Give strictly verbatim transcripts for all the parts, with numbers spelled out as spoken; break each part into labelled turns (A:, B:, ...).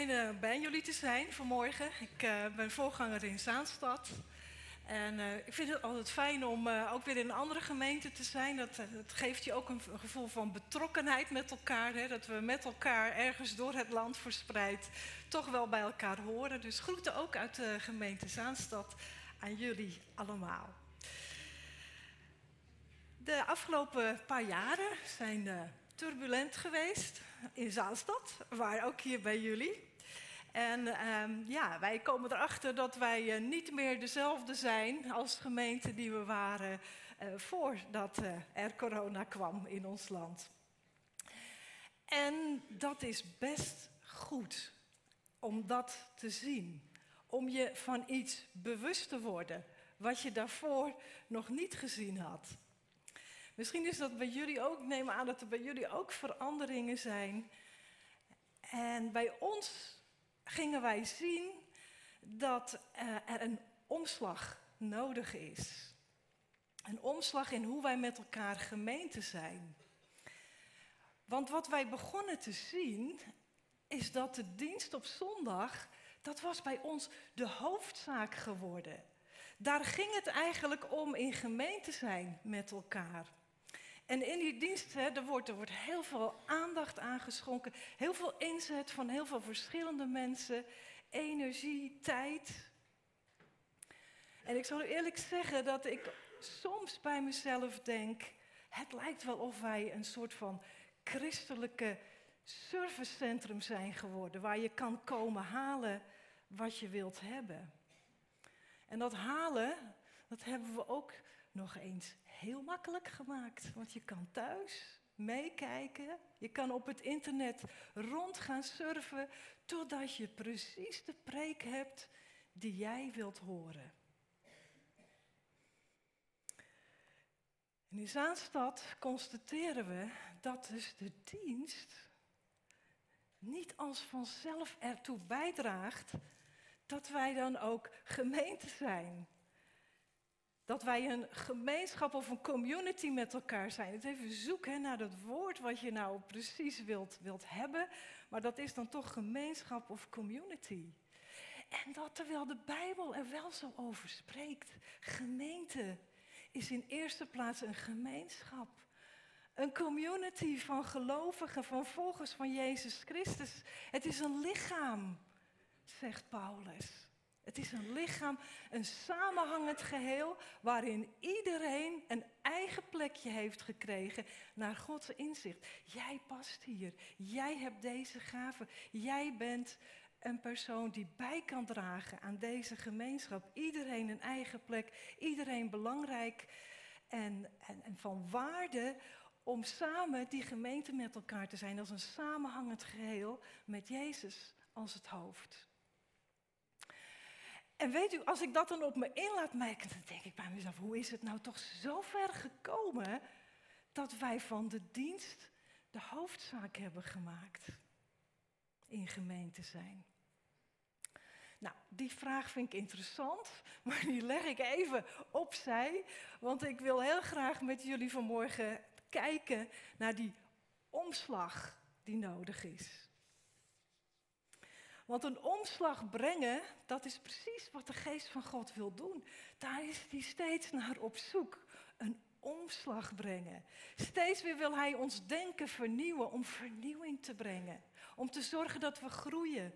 A: Fijn uh, bij jullie te zijn vanmorgen. Ik uh, ben voorganger in Zaanstad. En uh, ik vind het altijd fijn om uh, ook weer in een andere gemeente te zijn. Dat, uh, dat geeft je ook een, een gevoel van betrokkenheid met elkaar. Hè? Dat we met elkaar ergens door het land verspreid toch wel bij elkaar horen. Dus groeten ook uit de gemeente Zaanstad aan jullie allemaal. De afgelopen paar jaren zijn uh, turbulent geweest in Zaanstad, maar ook hier bij jullie. En um, ja, wij komen erachter dat wij uh, niet meer dezelfde zijn als gemeente die we waren uh, voordat uh, er corona kwam in ons land. En dat is best goed om dat te zien. Om je van iets bewust te worden wat je daarvoor nog niet gezien had. Misschien is dat bij jullie ook, ik neem aan dat er bij jullie ook veranderingen zijn. En bij ons gingen wij zien dat uh, er een omslag nodig is. Een omslag in hoe wij met elkaar gemeente zijn. Want wat wij begonnen te zien, is dat de dienst op zondag, dat was bij ons de hoofdzaak geworden. Daar ging het eigenlijk om in gemeente zijn met elkaar. En in die dienst, hè, er, wordt, er wordt heel veel aandacht aan geschonken. Heel veel inzet van heel veel verschillende mensen. Energie, tijd. En ik zal u eerlijk zeggen dat ik soms bij mezelf denk, het lijkt wel of wij een soort van christelijke servicecentrum zijn geworden. Waar je kan komen halen wat je wilt hebben. En dat halen, dat hebben we ook nog eens heel makkelijk gemaakt. Want je kan thuis meekijken. Je kan op het internet rond gaan surfen. Totdat je precies de preek hebt die jij wilt horen. En in Zaanstad constateren we dat dus de dienst niet als vanzelf ertoe bijdraagt dat wij dan ook gemeente zijn. Dat wij een gemeenschap of een community met elkaar zijn. Het even zoeken naar dat woord wat je nou precies wilt, wilt hebben. Maar dat is dan toch gemeenschap of community. En dat terwijl de Bijbel er wel zo over spreekt. Gemeente is in eerste plaats een gemeenschap. Een community van gelovigen, van volgers van Jezus Christus. Het is een lichaam, zegt Paulus. Het is een lichaam, een samenhangend geheel waarin iedereen een eigen plekje heeft gekregen naar Gods inzicht. Jij past hier, jij hebt deze gave, jij bent een persoon die bij kan dragen aan deze gemeenschap. Iedereen een eigen plek, iedereen belangrijk en, en, en van waarde om samen die gemeente met elkaar te zijn als een samenhangend geheel met Jezus als het hoofd. En weet u, als ik dat dan op me in laat merken, dan denk ik bij mezelf, hoe is het nou toch zo ver gekomen dat wij van de dienst de hoofdzaak hebben gemaakt in gemeente zijn? Nou, die vraag vind ik interessant, maar die leg ik even opzij, want ik wil heel graag met jullie vanmorgen kijken naar die omslag die nodig is. Want een omslag brengen, dat is precies wat de geest van God wil doen. Daar is hij steeds naar op zoek. Een omslag brengen. Steeds weer wil hij ons denken vernieuwen om vernieuwing te brengen. Om te zorgen dat we groeien.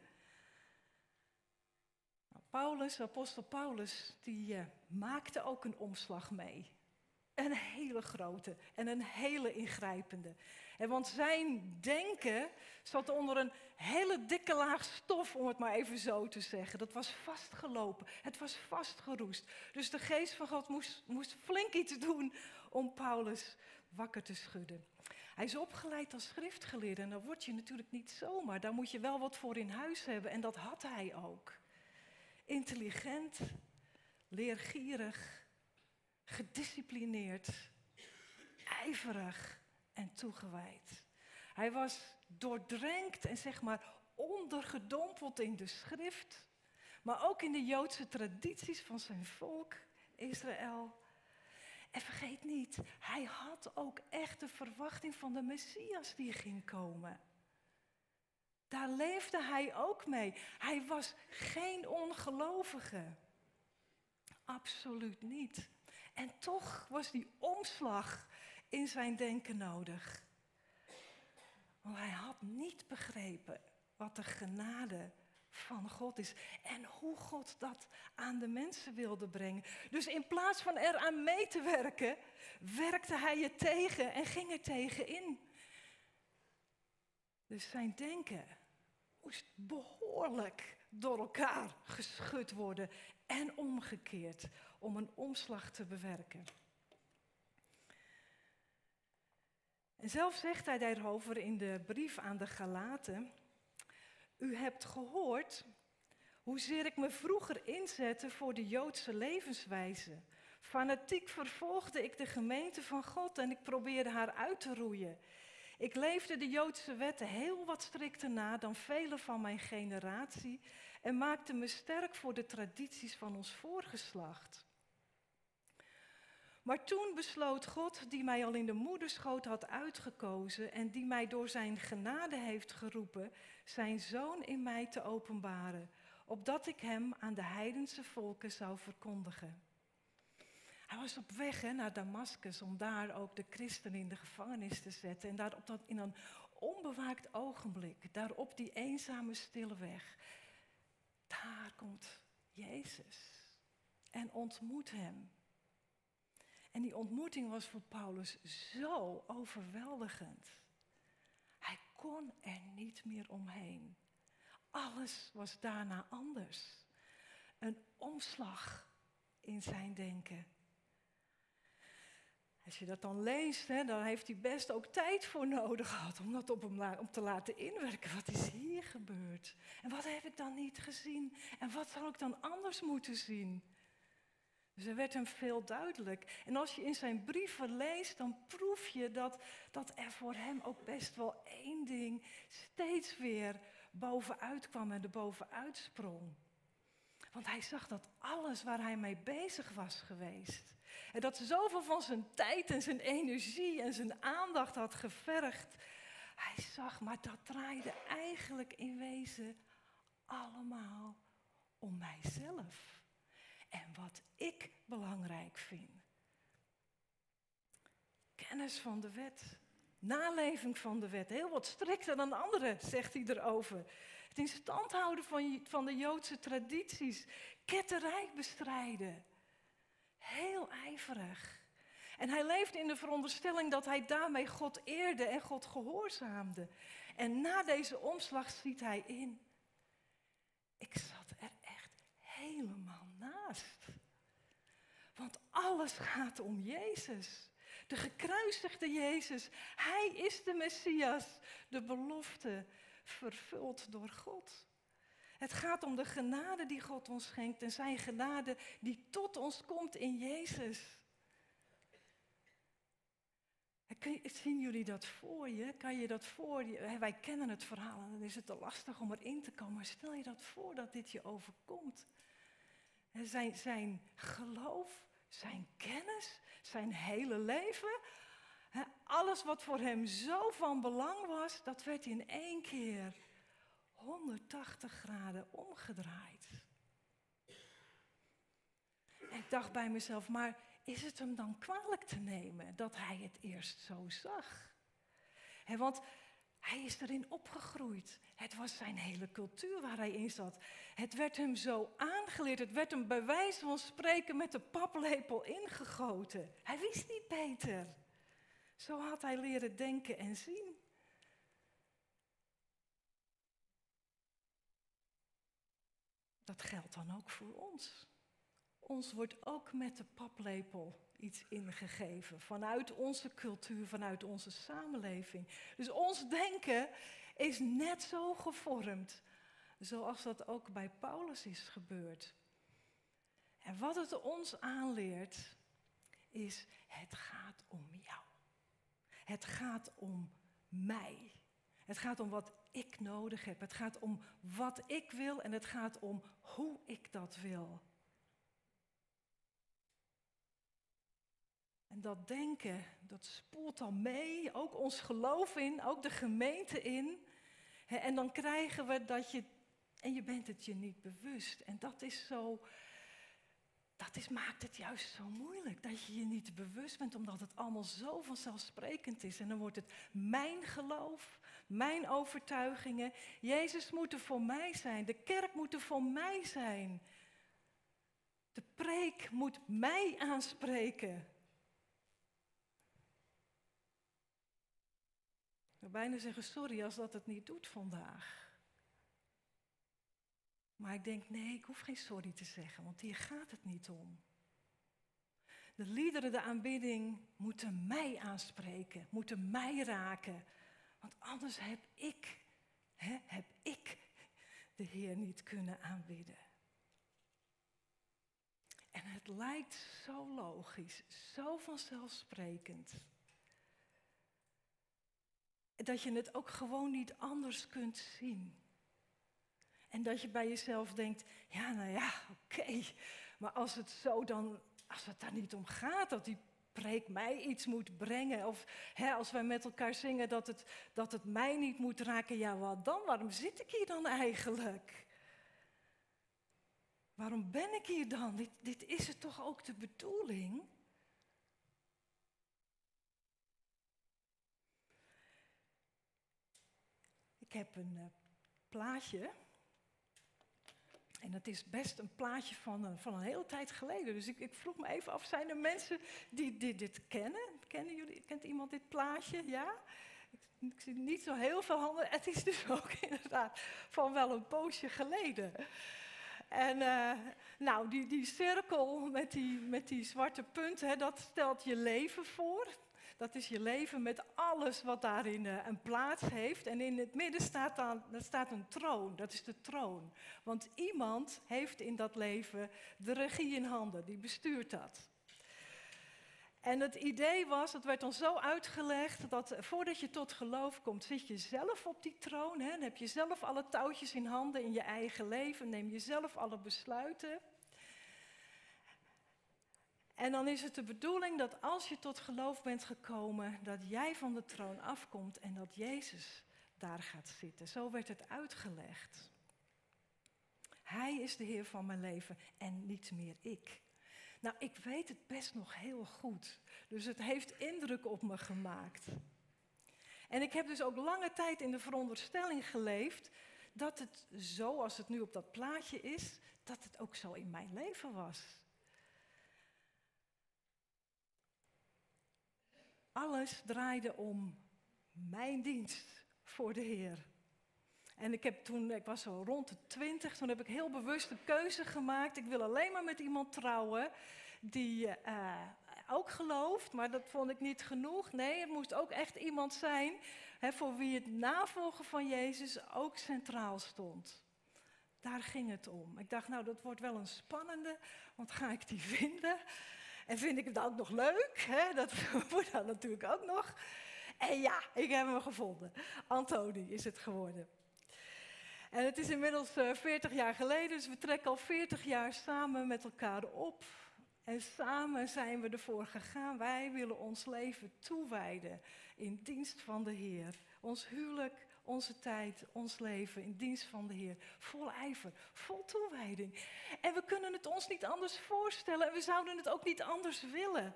A: Nou, Paulus, apostel Paulus, die uh, maakte ook een omslag mee. Een hele grote en een hele ingrijpende. En want zijn denken zat onder een hele dikke laag stof, om het maar even zo te zeggen. Dat was vastgelopen, het was vastgeroest. Dus de geest van God moest, moest flink iets doen om Paulus wakker te schudden. Hij is opgeleid als schriftgeleerde en dan word je natuurlijk niet zomaar. Daar moet je wel wat voor in huis hebben en dat had hij ook. Intelligent, leergierig, gedisciplineerd, ijverig en toegewijd. Hij was doordrenkt en zeg maar ondergedompeld in de schrift, maar ook in de Joodse tradities van zijn volk, Israël. En vergeet niet, hij had ook echt de verwachting van de Messias die ging komen. Daar leefde hij ook mee. Hij was geen ongelovige. Absoluut niet. En toch was die omslag in zijn denken nodig. Want hij had niet begrepen wat de genade van God is. En hoe God dat aan de mensen wilde brengen. Dus in plaats van eraan mee te werken, werkte hij je tegen en ging er tegenin. Dus zijn denken moest behoorlijk door elkaar geschud worden en omgekeerd om een omslag te bewerken. En zelf zegt hij daarover in de brief aan de Galaten: u hebt gehoord hoezeer ik me vroeger inzette voor de Joodse levenswijze. Fanatiek vervolgde ik de gemeente van God en ik probeerde haar uit te roeien. Ik leefde de Joodse wetten heel wat strikter na dan velen van mijn generatie en maakte me sterk voor de tradities van ons voorgeslacht. Maar toen besloot God, die mij al in de moederschoot had uitgekozen en die mij door zijn genade heeft geroepen, zijn zoon in mij te openbaren, opdat ik hem aan de heidense volken zou verkondigen. Hij was op weg hè, naar Damascus om daar ook de christenen in de gevangenis te zetten. En daar op dat, in een onbewaakt ogenblik, daar op die eenzame stille weg, daar komt Jezus en ontmoet hem. En die ontmoeting was voor Paulus zo overweldigend. Hij kon er niet meer omheen. Alles was daarna anders. Een omslag in zijn denken. Als je dat dan leest, hè, dan heeft hij best ook tijd voor nodig gehad om dat op hem la- om te laten inwerken. Wat is hier gebeurd? En wat heb ik dan niet gezien? En wat zal ik dan anders moeten zien? Dus er werd hem veel duidelijk. En als je in zijn brieven leest, dan proef je dat, dat er voor hem ook best wel één ding steeds weer bovenuit kwam en er bovenuit sprong. Want hij zag dat alles waar hij mee bezig was geweest, en dat zoveel van zijn tijd en zijn energie en zijn aandacht had gevergd. Hij zag, maar dat draaide eigenlijk in wezen allemaal om mijzelf. En wat ik belangrijk vind. Kennis van de wet. Naleving van de wet. Heel wat strikter dan anderen, zegt hij erover. Het in stand houden van, van de Joodse tradities. Ketterij bestrijden. Heel ijverig. En hij leefde in de veronderstelling dat hij daarmee God eerde en God gehoorzaamde. En na deze omslag ziet hij in: ik zat er echt helemaal naast. Want alles gaat om Jezus. De gekruisigde Jezus. Hij is de Messias. De belofte vervuld door God. Het gaat om de genade die God ons schenkt en zijn genade die tot ons komt in Jezus. Zien jullie dat voor je? Kan je dat voor je? Wij kennen het verhaal en dan is het te lastig om erin te komen. Maar stel je dat voor dat dit je overkomt. Zijn, zijn geloof, zijn kennis, zijn hele leven. Alles wat voor hem zo van belang was, dat werd in één keer honderdtachtig graden omgedraaid. En ik dacht bij mezelf, maar is het hem dan kwalijk te nemen dat hij het eerst zo zag? He, want hij is erin opgegroeid. Het was zijn hele cultuur waar hij in zat. Het werd hem zo aangeleerd. Het werd hem bij wijze van spreken met de paplepel ingegoten. Hij wist niet beter. Zo had hij leren denken en zien. Dat geldt dan ook voor ons. Ons wordt ook met de paplepel iets ingegeven. Vanuit onze cultuur, vanuit onze samenleving. Dus ons denken is net zo gevormd. Zoals dat ook bij Paulus is gebeurd. En wat het ons aanleert, is: het gaat om jou. Het gaat om mij. Het gaat om wat ik nodig heb. Het gaat om wat ik wil en het gaat om hoe ik dat wil. En dat denken, dat spoelt dan mee, ook ons geloof in, ook de gemeente in. He, en dan krijgen we dat je, en je bent het je niet bewust. En dat is zo, dat is, maakt het juist zo moeilijk. Dat je je niet bewust bent, omdat het allemaal zo vanzelfsprekend is. En dan wordt het mijn geloof, mijn overtuigingen. Jezus moet er voor mij zijn, de kerk moet er voor mij zijn. De preek moet mij aanspreken. Ik wil bijna zeggen, sorry als dat het niet doet vandaag. Maar ik denk, nee, ik hoef geen sorry te zeggen, want hier gaat het niet om. De liederen, de aanbidding moeten mij aanspreken, moeten mij raken. Want anders heb ik, hè, heb ik de Heer niet kunnen aanbidden. En het lijkt zo logisch, zo vanzelfsprekend. Dat je het ook gewoon niet anders kunt zien. En dat je bij jezelf denkt, ja, nou ja, oké. Okay, maar als het zo dan, als het daar niet om gaat, dat die preek mij iets moet brengen. Of hè, als wij met elkaar zingen dat het, dat het mij niet moet raken, ja, wat dan? Waarom zit ik hier dan eigenlijk? Waarom ben ik hier dan? Dit, dit is het toch ook de bedoeling? Ik heb een uh, plaatje. En dat is best een plaatje van een, van een hele tijd geleden. Dus ik, ik vroeg me even af, zijn er mensen die, die dit kennen? Kennen jullie, kent iemand dit plaatje? Ja? Ik, ik zie niet zo heel veel handen. Het is dus ook inderdaad van wel een poosje geleden. En uh, nou, die, die cirkel met die, met die zwarte punten, hè, dat stelt je leven voor. Dat is je leven met alles wat daarin uh, een plaats heeft. En in het midden staat, dan, daar staat een troon, dat is de troon. Want iemand heeft in dat leven de regie in handen, die bestuurt dat. En het idee was, het werd dan zo uitgelegd, dat voordat je tot geloof komt, zit je zelf op die troon. Hè? Dan heb je zelf alle touwtjes in handen in je eigen leven, neem je zelf alle besluiten. En dan is het de bedoeling dat als je tot geloof bent gekomen, dat jij van de troon afkomt en dat Jezus daar gaat zitten. Zo werd het uitgelegd. Hij is de Heer van mijn leven en niet meer ik. Nou, ik weet het best nog heel goed. Dus het heeft indruk op me gemaakt. En ik heb dus ook lange tijd in de veronderstelling geleefd dat het zoals het nu op dat plaatje is, dat het ook zo in mijn leven was. Alles draaide om mijn dienst voor de Heer. En ik heb toen, ik was zo rond de twintig, toen heb ik heel bewust een keuze gemaakt. Ik wil alleen maar met iemand trouwen die uh, ook gelooft, maar dat vond ik niet genoeg. Nee, het moest ook echt iemand zijn hè, voor wie het navolgen van Jezus ook centraal stond. Daar ging het om. Ik dacht, nou, dat wordt wel een spannende, want ga ik die vinden? En vind ik het ook nog leuk? Hè? Dat moet dan natuurlijk ook nog. En ja, ik heb hem gevonden. Antoni is het geworden. En het is inmiddels uh, veertig jaar geleden, dus we trekken al veertig jaar samen met elkaar op. En samen zijn we ervoor gegaan. Wij willen ons leven toewijden in dienst van de Heer. Ons huwelijk, onze tijd, ons leven in dienst van de Heer. Vol ijver, vol toewijding. En we kunnen het ons niet anders voorstellen en we zouden het ook niet anders willen.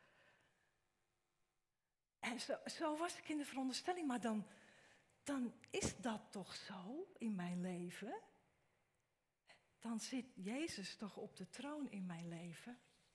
A: En zo, zo was ik in de veronderstelling, maar dan, dan is dat toch zo in mijn leven? Dan zit Jezus toch op de troon in mijn leven?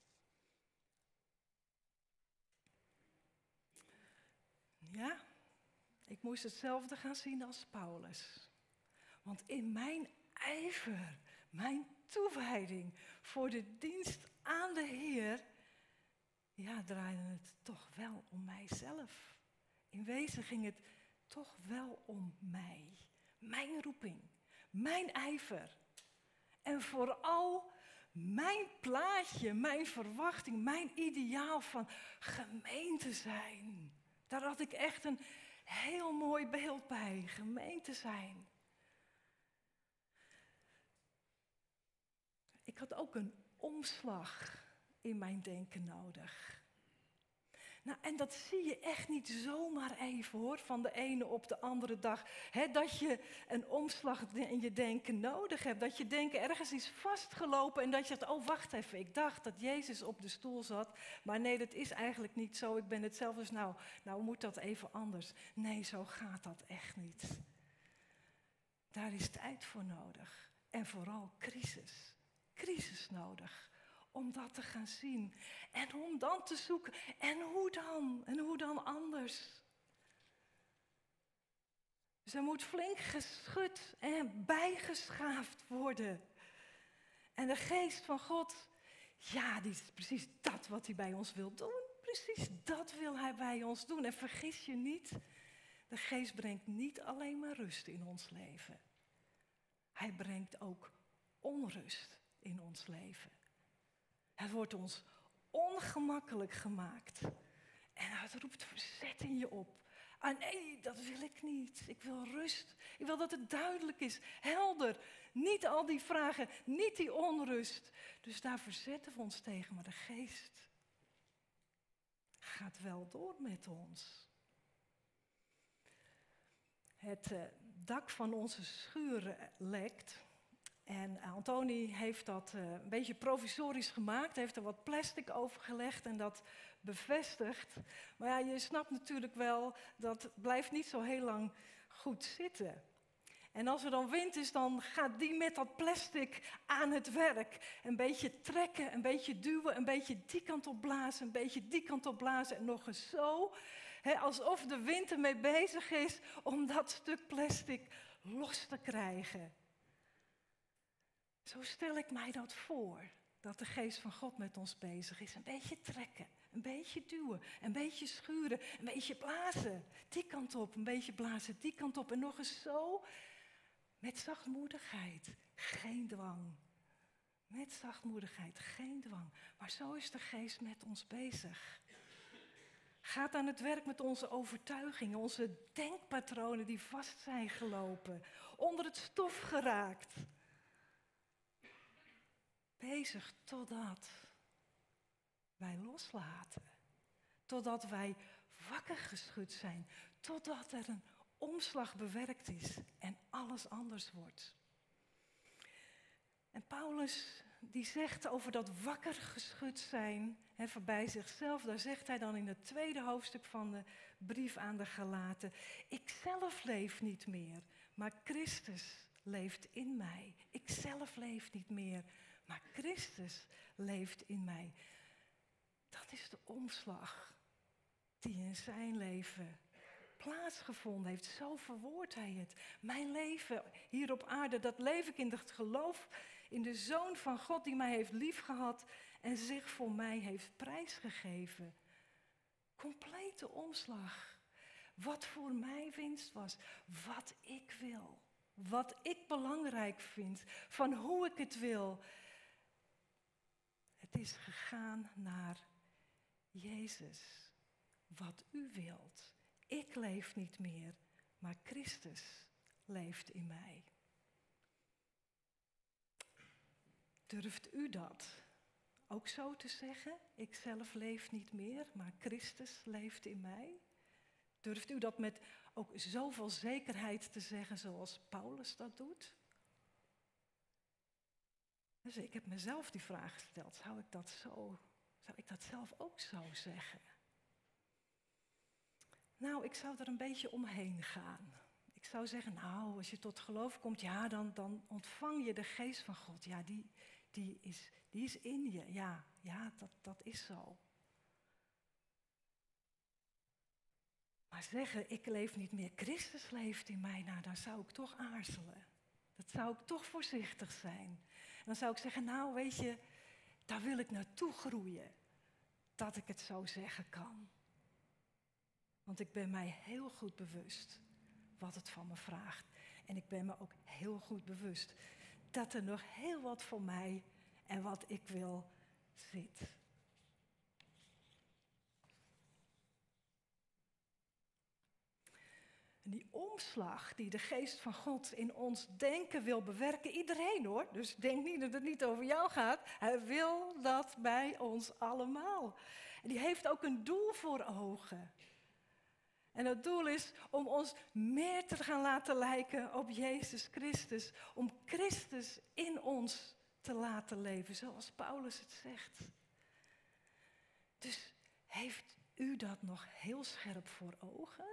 A: Ja, ik moest hetzelfde gaan zien als Paulus. Want in mijn ijver, mijn toewijding voor de dienst aan de Heer, ja, draaide het toch wel om mijzelf. In wezen ging het toch wel om mij. Mijn roeping, mijn ijver. En vooral mijn plaatje, mijn verwachting, mijn ideaal van gemeente zijn. Daar had ik echt een heel mooi beeld bij, gemeente zijn. Ik had ook een omslag in mijn denken nodig. Nou, en dat zie je echt niet zomaar even hoor, van de ene op de andere dag. He, dat je een omslag in je denken nodig hebt. Dat je denken ergens is vastgelopen en dat je zegt, oh wacht even, ik dacht dat Jezus op de stoel zat. Maar nee, dat is eigenlijk niet zo, ik ben het zelf, dus nou, nou moet dat even anders. Nee, zo gaat dat echt niet. Daar is tijd voor nodig. En vooral crisis. Crisis nodig. Om dat te gaan zien. En om dan te zoeken. En hoe dan? En hoe dan anders? Dus er moet flink geschud en bijgeschaafd worden. En de geest van God, ja, die is precies dat wat hij bij ons wil doen. Precies dat wil hij bij ons doen. En vergis je niet, de geest brengt niet alleen maar rust in ons leven. Hij brengt ook onrust in ons leven. Het wordt ons ongemakkelijk gemaakt. En het roept verzet in je op. Ah nee, dat wil ik niet. Ik wil rust. Ik wil dat het duidelijk is, helder. Niet al die vragen, niet die onrust. Dus daar verzetten we ons tegen. Maar de geest gaat wel door met ons. Het uh, dak van onze schuur lekt. En Antoni heeft dat uh, een beetje provisorisch gemaakt. Heeft er wat plastic over gelegd en dat bevestigd. Maar ja, je snapt natuurlijk wel, dat blijft niet zo heel lang goed zitten. En als er dan wind is, dan gaat die met dat plastic aan het werk. Een beetje trekken, een beetje duwen, een beetje die kant op blazen, een beetje die kant op blazen en nog eens zo. He, alsof de wind ermee bezig is om dat stuk plastic los te krijgen. Zo stel ik mij dat voor, dat de geest van God met ons bezig is. Een beetje trekken, een beetje duwen, een beetje schuren, een beetje blazen. Die kant op, een beetje blazen, die kant op en nog eens zo. Met zachtmoedigheid, geen dwang. Met zachtmoedigheid, geen dwang. Maar zo is de geest met ons bezig. Gaat aan het werk met onze overtuigingen, onze denkpatronen die vast zijn gelopen, onder het stof geraakt. Bezig totdat wij loslaten. Totdat wij wakker geschud zijn. Totdat er een omslag bewerkt is en alles anders wordt. En Paulus die zegt over dat wakker geschud zijn, he, voorbij zichzelf, daar zegt hij dan in het tweede hoofdstuk van de brief aan de Galaten: ik zelf leef niet meer, maar Christus leeft in mij. Ik zelf leef niet meer, maar Christus leeft in mij. Dat is de omslag die in zijn leven plaatsgevonden heeft. Zo verwoordt hij het. Mijn leven hier op aarde, dat leef ik in het geloof in de Zoon van God die mij heeft liefgehad en zich voor mij heeft prijsgegeven. Complete omslag. Wat voor mij winst was, wat ik wil, wat ik belangrijk vind, van hoe ik het wil. Het is gegaan naar Jezus. Wat u wilt. Ik leef niet meer, maar Christus leeft in mij. Durft u dat ook zo te zeggen? Ik zelf leef niet meer, maar Christus leeft in mij. Durft u dat met ook zoveel zekerheid te zeggen zoals Paulus dat doet? Dus ik heb mezelf die vraag gesteld. Zou ik dat zo, zou ik dat zelf ook zo zeggen? Nou, ik zou er een beetje omheen gaan. Ik zou zeggen, nou, als je tot geloof komt, ja, dan, dan ontvang je de geest van God. Ja, die, die, is, die is in je. Ja, ja dat, dat is zo. Maar zeggen, ik leef niet meer, Christus leeft in mij, nou, dan zou ik toch aarzelen. Dat zou ik toch voorzichtig zijn. En dan zou ik zeggen, nou, weet je, daar wil ik naartoe groeien. Dat ik het zo zeggen kan. Want ik ben mij heel goed bewust wat het van me vraagt. En ik ben me ook heel goed bewust dat er nog heel wat voor mij en wat ik wil zit. En die omslag die de geest van God in ons denken wil bewerken, iedereen hoor, dus denk niet dat het niet over jou gaat. Hij wil dat bij ons allemaal. En die heeft ook een doel voor ogen. En dat doel is om ons meer te gaan laten lijken op Jezus Christus. Om Christus in ons te laten leven, zoals Paulus het zegt. Dus heeft u dat nog heel scherp voor ogen?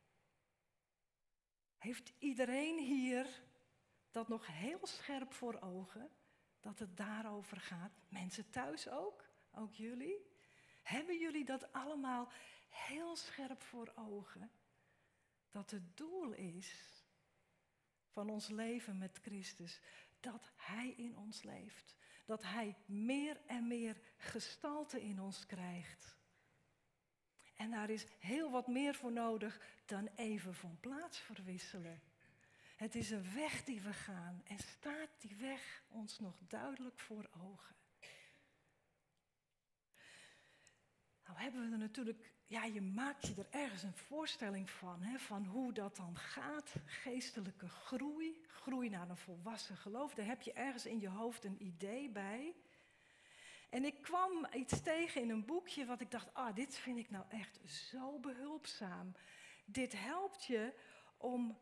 A: Heeft iedereen hier dat nog heel scherp voor ogen? Dat het daarover gaat? Mensen thuis ook? Ook jullie? Hebben jullie dat allemaal heel scherp voor ogen? Dat het doel is van ons leven met Christus, dat Hij in ons leeft. Dat Hij meer en meer gestalte in ons krijgt. En daar is heel wat meer voor nodig dan even van plaats verwisselen. Het is een weg die we gaan en staat die weg ons nog duidelijk voor ogen. Nou hebben we er natuurlijk, ja, je maakt je er ergens een voorstelling van, hè, van hoe dat dan gaat. Geestelijke groei, groei naar een volwassen geloof. Daar heb je ergens in je hoofd een idee bij. En ik kwam iets tegen in een boekje wat ik dacht, ah, dit vind ik nou echt zo behulpzaam. Dit helpt je om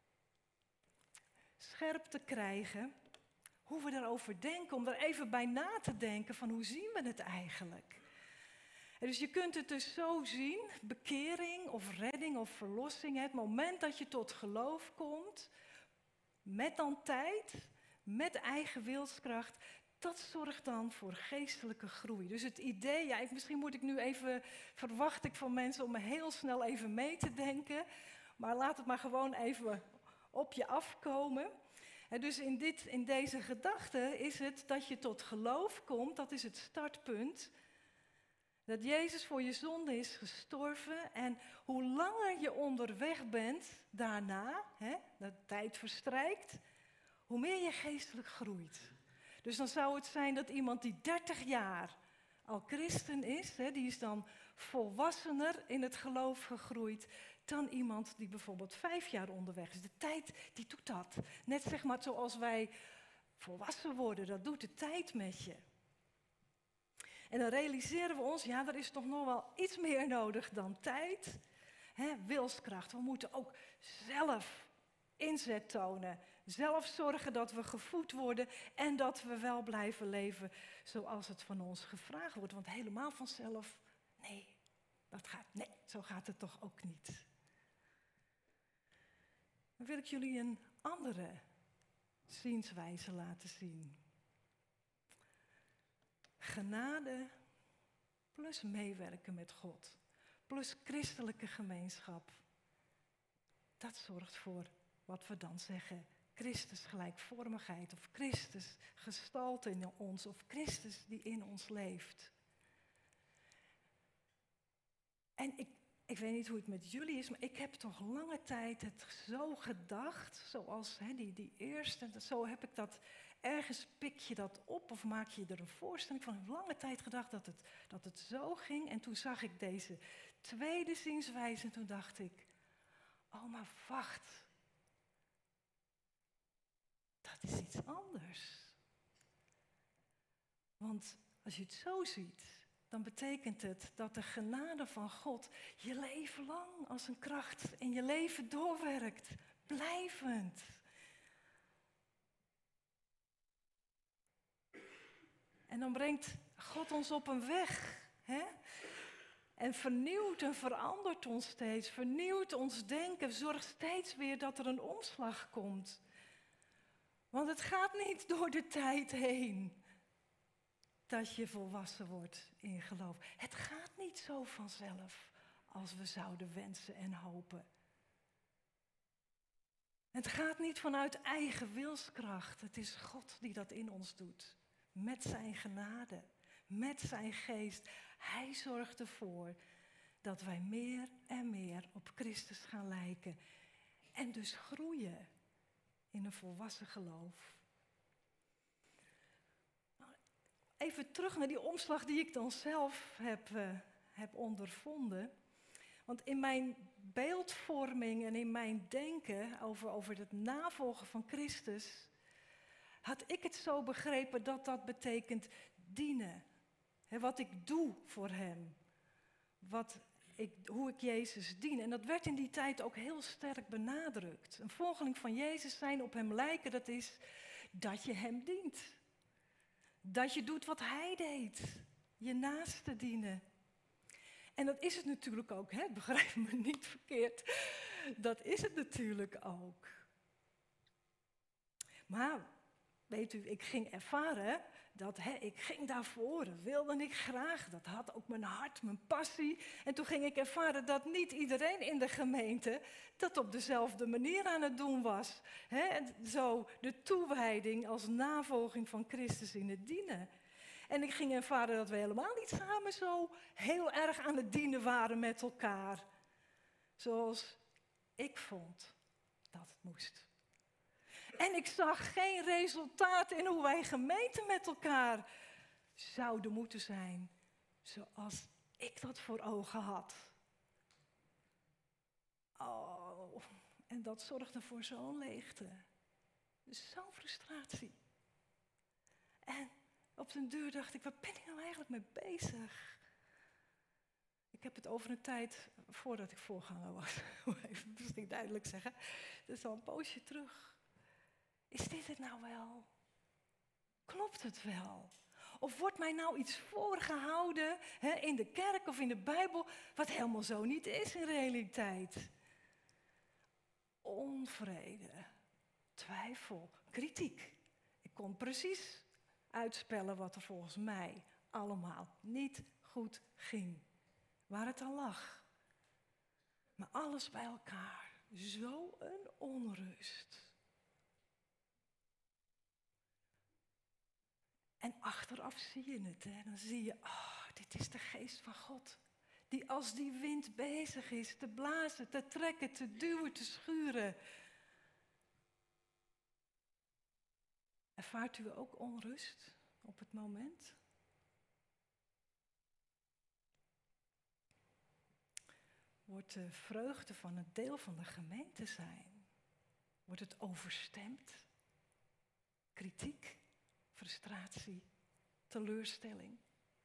A: scherp te krijgen hoe we daarover denken, om er even bij na te denken van hoe zien we het eigenlijk. En dus je kunt het dus zo zien, bekering of redding of verlossing, het moment dat je tot geloof komt, met dan tijd, met eigen wilskracht, dat zorgt dan voor geestelijke groei. Dus het idee, ja, misschien moet ik nu even, verwacht ik van mensen om me heel snel even mee te denken, maar laat het maar gewoon even op je afkomen. En dus in, dit, in deze gedachte is het dat je tot geloof komt, dat is het startpunt. Dat Jezus voor je zonde is gestorven en hoe langer je onderweg bent daarna, hè, dat tijd verstrijkt, hoe meer je geestelijk groeit. Dus dan zou het zijn dat iemand die dertig jaar al christen is, hè, die is dan volwassener in het geloof gegroeid dan iemand die bijvoorbeeld vijf jaar onderweg is. De tijd, die doet dat. Net zeg maar zoals wij volwassen worden, dat doet de tijd met je. En dan realiseren we ons, ja, er is toch nog wel iets meer nodig dan tijd. Hè, wilskracht, we moeten ook zelf inzet tonen. Zelf zorgen dat we gevoed worden en dat we wel blijven leven zoals het van ons gevraagd wordt. Want helemaal vanzelf, nee, dat gaat, nee, zo gaat het toch ook niet. Dan wil ik jullie een andere zienswijze laten zien. Genade plus meewerken met God, plus christelijke gemeenschap. Dat zorgt voor wat we dan zeggen, Christus gelijkvormigheid of Christus gestalte in ons of Christus die in ons leeft. En ik, ik weet niet hoe het met jullie is, maar ik heb toch lange tijd het zo gedacht, zoals hè, die, die eerste, zo heb ik dat, ergens pik je dat op of maak je er een voorstelling van. Ik heb lange tijd gedacht dat het, dat het zo ging en toen zag ik deze tweede zienswijze en toen dacht ik, oh maar wacht. Dat is iets anders. Want als je het zo ziet, dan betekent het dat de genade van God je leven lang als een kracht in je leven doorwerkt. Blijvend. En dan brengt God ons op een weg. Hè? En vernieuwt en verandert ons steeds. Vernieuwt ons denken. Zorgt steeds weer dat er een omslag komt. Want het gaat niet door de tijd heen dat je volwassen wordt in geloof. Het gaat niet zo vanzelf als we zouden wensen en hopen. Het gaat niet vanuit eigen wilskracht. Het is God die dat in ons doet. Met zijn genade, met zijn geest. Hij zorgt ervoor dat wij meer en meer op Christus gaan lijken. En dus groeien in een volwassen geloof. Even terug naar die omslag die ik dan zelf heb, uh, heb ondervonden. Want in mijn beeldvorming en in mijn denken over, over het navolgen van Christus, had ik het zo begrepen dat dat betekent dienen. He, wat ik doe voor hem. wat ik, hoe ik Jezus dien. En dat werd in die tijd ook heel sterk benadrukt. Een volgeling van Jezus zijn, op hem lijken, dat is dat je hem dient. Dat je doet wat hij deed. Je naaste dienen. En dat is het natuurlijk ook, hè? Begrijp me niet verkeerd. Dat is het natuurlijk ook. Maar, weet u, ik ging ervaren dat hè, ik ging daarvoor, dat wilde ik graag. Dat had ook mijn hart, mijn passie. En toen ging ik ervaren dat niet iedereen in de gemeente dat op dezelfde manier aan het doen was. Hè? En zo de toewijding als navolging van Christus in het dienen. En ik ging ervaren dat we helemaal niet samen zo heel erg aan het dienen waren met elkaar. Zoals ik vond dat het moest. En ik zag geen resultaat in hoe wij gemeente met elkaar zouden moeten zijn. Zoals ik dat voor ogen had. Oh, en dat zorgde voor zo'n leegte. Zo'n frustratie. En op den duur dacht ik, waar ben ik nou eigenlijk mee bezig? Ik heb het over een tijd voordat ik voorganger was. Even misschien duidelijk zeggen. Dat is al een poosje terug. Is dit het nou wel? Klopt het wel? Of wordt mij nou iets voorgehouden hè, in de kerk of in de Bijbel, wat helemaal zo niet is in realiteit? Onvrede, twijfel, kritiek. Ik kon precies uitspellen wat er volgens mij allemaal niet goed ging. Waar het aan lag. Maar alles bij elkaar. Zo een onrust. En achteraf zie je het. Hè? Dan zie je, oh, dit is de geest van God. Die als die wind bezig is te blazen, te trekken, te duwen, te schuren. Ervaart u ook onrust op het moment? Wordt de vreugde van het deel van de gemeente zijn? Wordt het overstemd? Kritiek, frustratie, teleurstelling?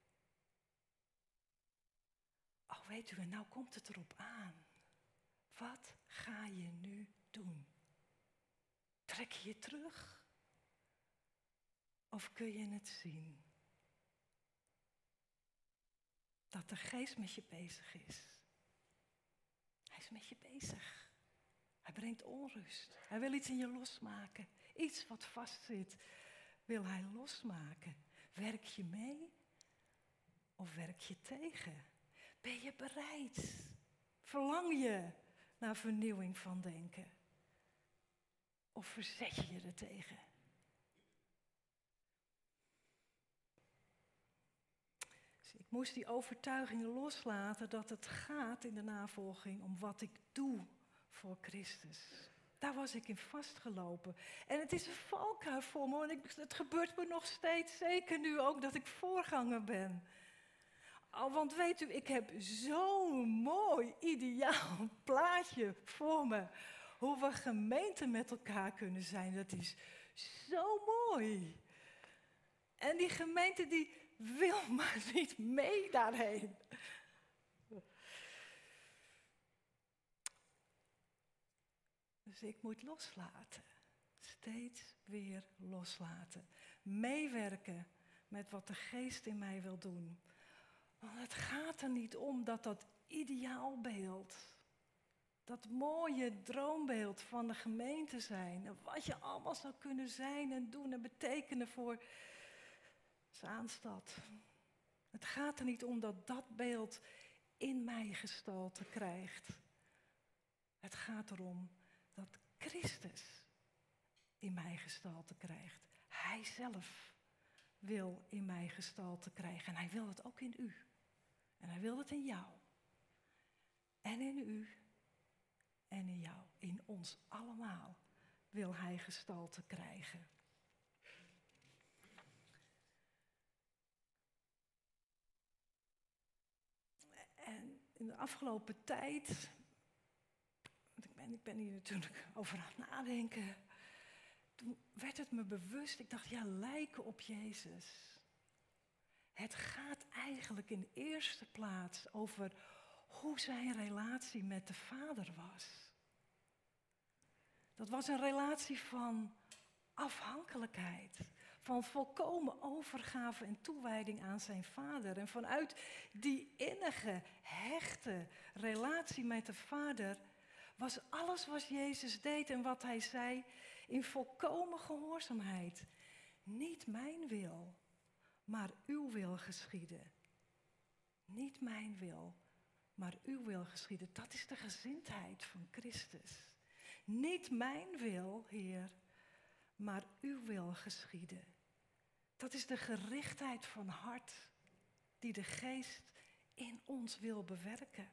A: Oh, weet u, en nou komt het erop aan. Wat ga je nu doen? Trek je je terug? Of kun je het zien? Dat de geest met je bezig is. Hij is met je bezig. Hij brengt onrust. Hij wil iets in je losmaken. Iets wat vastzit, wil hij losmaken. Werk je mee of werk je tegen? Ben je bereid? Verlang je naar vernieuwing van denken? Of verzet je je er tegen? Dus ik moest die overtuiging loslaten dat het gaat in de navolging om wat ik doe voor Christus. Daar was ik in vastgelopen. En het is een valkuil voor me, want ik, het gebeurt me nog steeds, zeker nu ook dat ik voorganger ben. Oh, want weet u, ik heb zo'n mooi, ideaal plaatje voor me. Hoe we gemeente met elkaar kunnen zijn, dat is zo mooi. En die gemeente die wil maar niet mee daarheen. Dus ik moet loslaten. Steeds weer loslaten. Meewerken met wat de geest in mij wil doen. Want het gaat er niet om dat dat ideaalbeeld, dat mooie droombeeld van de gemeente zijn, en wat je allemaal zou kunnen zijn en doen en betekenen voor Zaanstad. Het gaat er niet om dat dat beeld in mij gestalte krijgt. Het gaat erom dat Christus in mij gestalte krijgt. Hij zelf wil in mij gestalte krijgen. En hij wil het ook in u. En hij wil het in jou. En in u. En in jou. In ons allemaal wil hij gestalte krijgen. En in de afgelopen tijd, want ik ben, ik ben hier natuurlijk over aan het nadenken, toen werd het me bewust, ik dacht, ja, lijken op Jezus. Het gaat eigenlijk in eerste plaats over hoe zijn relatie met de Vader was. Dat was een relatie van afhankelijkheid, van volkomen overgave en toewijding aan zijn Vader. En vanuit die innige, hechte relatie met de Vader was alles wat Jezus deed en wat hij zei in volkomen gehoorzaamheid. Niet mijn wil, maar uw wil geschieden. Niet mijn wil, maar uw wil geschieden. Dat is de gezindheid van Christus. Niet mijn wil, Heer, maar uw wil geschieden. Dat is de gerichtheid van hart die de Geest in ons wil bewerken.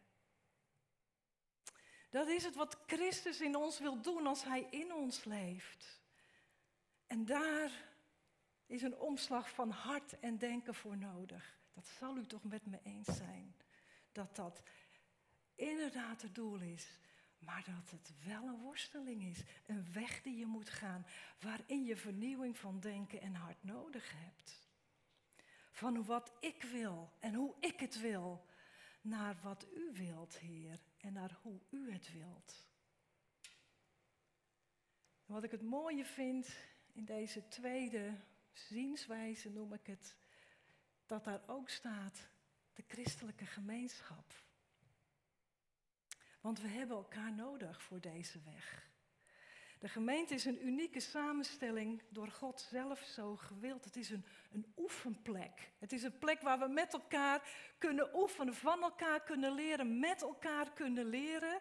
A: Dat is het wat Christus in ons wil doen als hij in ons leeft. En daar is een omslag van hart en denken voor nodig. Dat zal u toch met me eens zijn. Dat dat inderdaad het doel is. Maar dat het wel een worsteling is. Een weg die je moet gaan. Waarin je vernieuwing van denken en hart nodig hebt. Van wat ik wil en hoe ik het wil. Naar wat u wilt, Heer. En naar hoe u het wilt. En wat ik het mooie vind in deze tweede zienswijze, noem ik het. Dat daar ook staat de christelijke gemeenschap. Want we hebben elkaar nodig voor deze weg. De gemeente is een unieke samenstelling, door God zelf zo gewild. Het is een, een oefenplek. Het is een plek waar we met elkaar kunnen oefenen, van elkaar kunnen leren, met elkaar kunnen leren.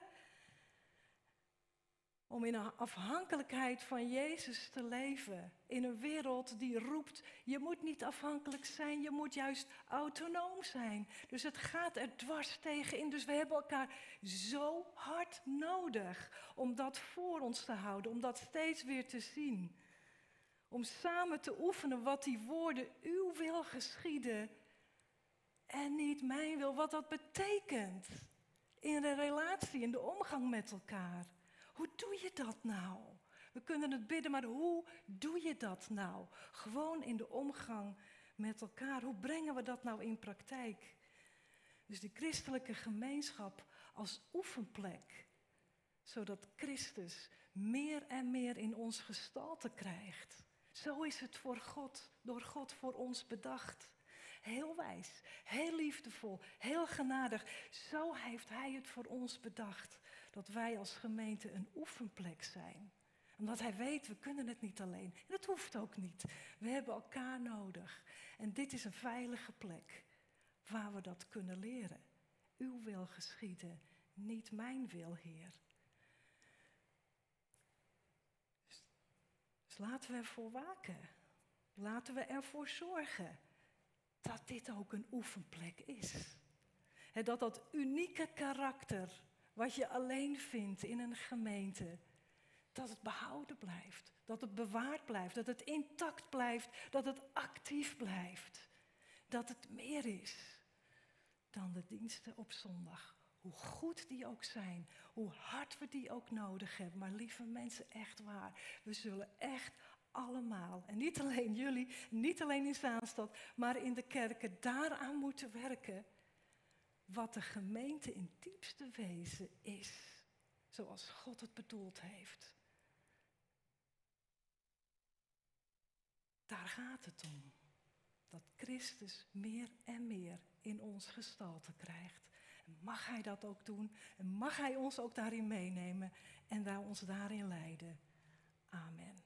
A: Om in een afhankelijkheid van Jezus te leven. In een wereld die roept, je moet niet afhankelijk zijn, je moet juist autonoom zijn. Dus het gaat er dwars tegenin. Dus we hebben elkaar zo hard nodig om dat voor ons te houden. Om dat steeds weer te zien. Om samen te oefenen wat die woorden, uw wil geschieden en niet mijn wil. Wat dat betekent in de relatie, in de omgang met elkaar. Hoe doe je dat nou? We kunnen het bidden, maar hoe doe je dat nou? Gewoon in de omgang met elkaar. Hoe brengen we dat nou in praktijk? Dus die christelijke gemeenschap als oefenplek. Zodat Christus meer en meer in ons gestalte krijgt. Zo is het voor God, door God voor ons bedacht. Heel wijs, heel liefdevol, heel genadig. Zo heeft hij het voor ons bedacht. Dat wij als gemeente een oefenplek zijn. Omdat hij weet, we kunnen het niet alleen. En dat hoeft ook niet. We hebben elkaar nodig. En dit is een veilige plek waar we dat kunnen leren. Uw wil geschieden, niet mijn wil, Heer. Dus laten we ervoor waken. Laten we ervoor zorgen dat dit ook een oefenplek is. En dat dat unieke karakter, wat je alleen vindt in een gemeente, dat het behouden blijft, dat het bewaard blijft, dat het intact blijft, dat het actief blijft. Dat het meer is dan de diensten op zondag. Hoe goed die ook zijn, hoe hard we die ook nodig hebben. Maar lieve mensen, echt waar, we zullen echt allemaal, en niet alleen jullie, niet alleen in Zaanstad, maar in de kerken, daaraan moeten werken. Wat de gemeente in diepste wezen is. Zoals God het bedoeld heeft. Daar gaat het om. Dat Christus meer en meer in ons gestalte krijgt. En mag hij dat ook doen. En mag hij ons ook daarin meenemen. En daar ons daarin leiden. Amen.